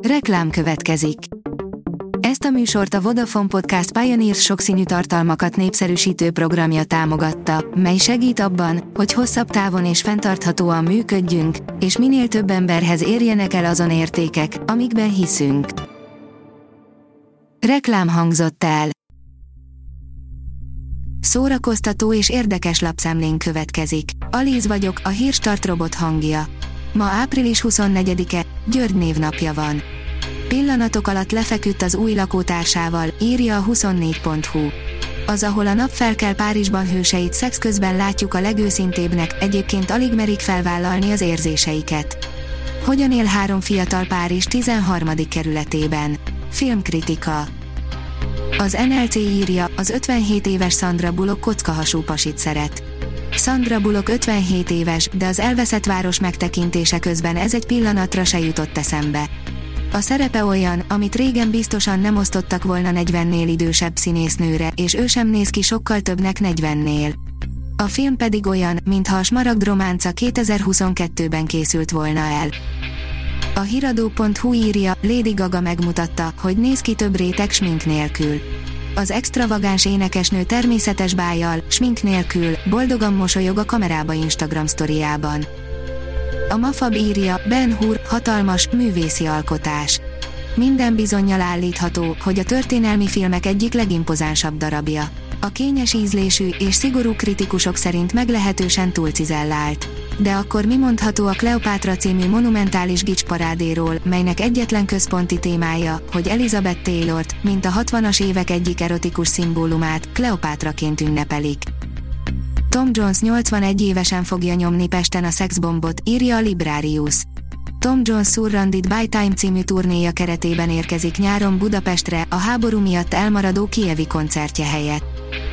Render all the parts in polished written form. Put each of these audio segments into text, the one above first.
Reklám következik. Ezt a műsort a Vodafone Podcast Pioneers sokszínű tartalmakat népszerűsítő programja támogatta, mely segít abban, hogy hosszabb távon és fenntarthatóan működjünk, és minél több emberhez érjenek el azon értékek, amikben hiszünk. Reklám hangzott el. Szórakoztató és érdekes lapszemlén következik. Alíz vagyok, a Hírstart robot hangja. Ma április 24-e, György névnapja van. Pillanatok alatt lefeküdt az új lakótársával, írja a 24.hu. Az, ahol a nap felkel Párizsban hőseit szex közben látjuk a legőszintébbnek, egyébként alig merik felvállalni az érzéseiket. Hogyan él három fiatal Párizs 13. kerületében? Filmkritika. Az NLC írja, az 57 éves Sandra Bullock kockahasú pasit szeret. Sandra Bullock 57 éves, de az elveszett város megtekintése közben ez egy pillanatra se jutott eszembe. A szerepe olyan, amit régen biztosan nem osztottak volna 40-nél idősebb színésznőre, és ő sem néz ki sokkal többnek 40-nél. A film pedig olyan, mintha a Smaragd románca 2022-ben készült volna el. A hiradó.hu írja, Lady Gaga megmutatta, hogy néz ki több réteg smink nélkül. Az extravagáns énekesnő természetes bájjal, smink nélkül, boldogan mosolyog a kamerába Instagram sztoriában. A Mafab írja, Ben Hur, hatalmas, művészi alkotás. Minden bizonnyal állítható, hogy a történelmi filmek egyik legimpozánsabb darabja. A kényes ízlésű és szigorú kritikusok szerint meglehetősen túlcizellált. De akkor mi mondható a Kleopátra című monumentális gicsparádéról, melynek egyetlen központi témája, hogy Elizabeth Taylort, mint a 60-as évek egyik erotikus szimbólumát, Kleopátraként ünnepelik. Tom Jones 81 évesen fogja nyomni Pesten a szexbombot, írja a Librarius. Tom Jones Surrounded by Time című turnéja keretében érkezik nyáron Budapestre, a háború miatt elmaradó kijevi koncertje helyett.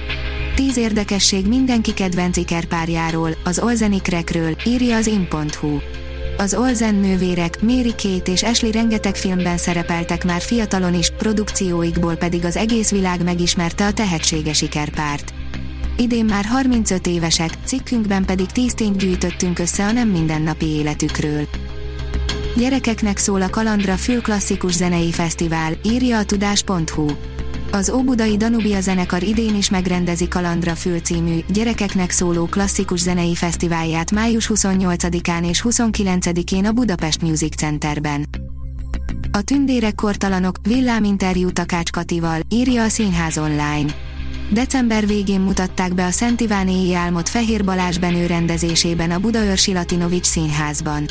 10 érdekesség mindenki kedvenc ikerpárjáról, az Olsenikrekről, írja az in.hu. Az Olsen nővérek, Mary-Kate és Ashley rengeteg filmben szerepeltek már fiatalon is, produkcióikból pedig az egész világ megismerte a tehetséges ikerpárt. Idén már 35 évesek, cikkünkben pedig 10 tényt gyűjtöttünk össze a nem mindennapi életükről. Gyerekeknek szól a Kalandra Fülklasszikus Zenei Fesztivál, írja a tudás.hu. Az óbudai Danubia zenekar idén is megrendezi Kalandra Fül című, gyerekeknek szóló klasszikus zenei fesztiválját május 28-án és 29-én a Budapest Music Centerben. A tündérek kortalanok, villáminterjú Takács Katival, írja a Színház online. December végén mutatták be a Szent Iván éjjel álmot Fehér Balázs Benő rendezésében a Budaörsi Latinovics Színházban.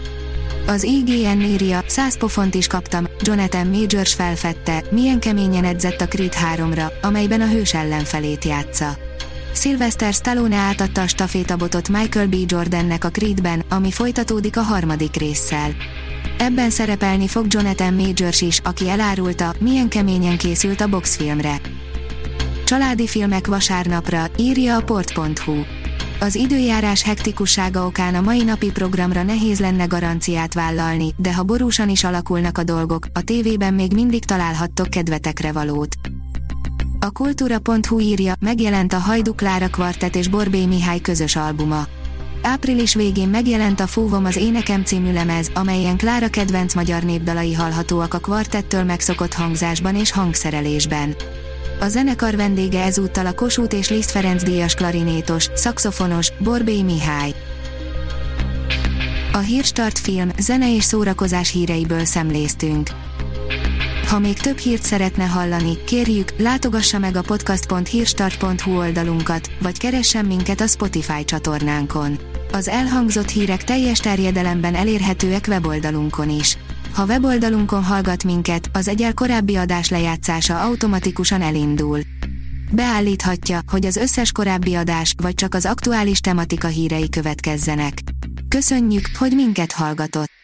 Az IGN írja, 100 pofont is kaptam, Jonathan Majors felfedte, milyen keményen edzett a Creed 3-ra, amelyben a hős ellenfelét játsza. Sylvester Stallone átadta a stafétabotot Michael B. Jordannek a Creedben, ami folytatódik a harmadik résszel. Ebben szerepelni fog Jonathan Majors is, aki elárulta, milyen keményen készült a boxfilmre. Családi filmek vasárnapra, írja a port.hu. Az időjárás hektikussága okán a mai napi programra nehéz lenne garanciát vállalni, de ha borúsan is alakulnak a dolgok, a tévében még mindig találhattok kedvetekre valót. A kultúra.hu írja, megjelent a Hajdú Klára kvartett és Borbély Mihály közös albuma. Április végén megjelent a Fúvom az énekem című lemez, amelyen Klára kedvenc magyar népdalai hallhatóak a kvartettől megszokott hangzásban és hangszerelésben. A zenekar vendége ezúttal a Kossuth és Liszt Ferenc díjas klarinétos, szaxofonos, Borbély Mihály. A Hírstart film, zene és szórakozás híreiből szemléztünk. Ha még több hírt szeretne hallani, kérjük, látogassa meg a podcast.hírstart.hu oldalunkat, vagy keressen minket a Spotify csatornánkon. Az elhangzott hírek teljes terjedelemben elérhetőek weboldalunkon is. Ha weboldalunkon hallgat minket, az egyel korábbi adás lejátszása automatikusan elindul. Beállíthatja, hogy az összes korábbi adás, vagy csak az aktuális tematika hírei következzenek. Köszönjük, hogy minket hallgatott!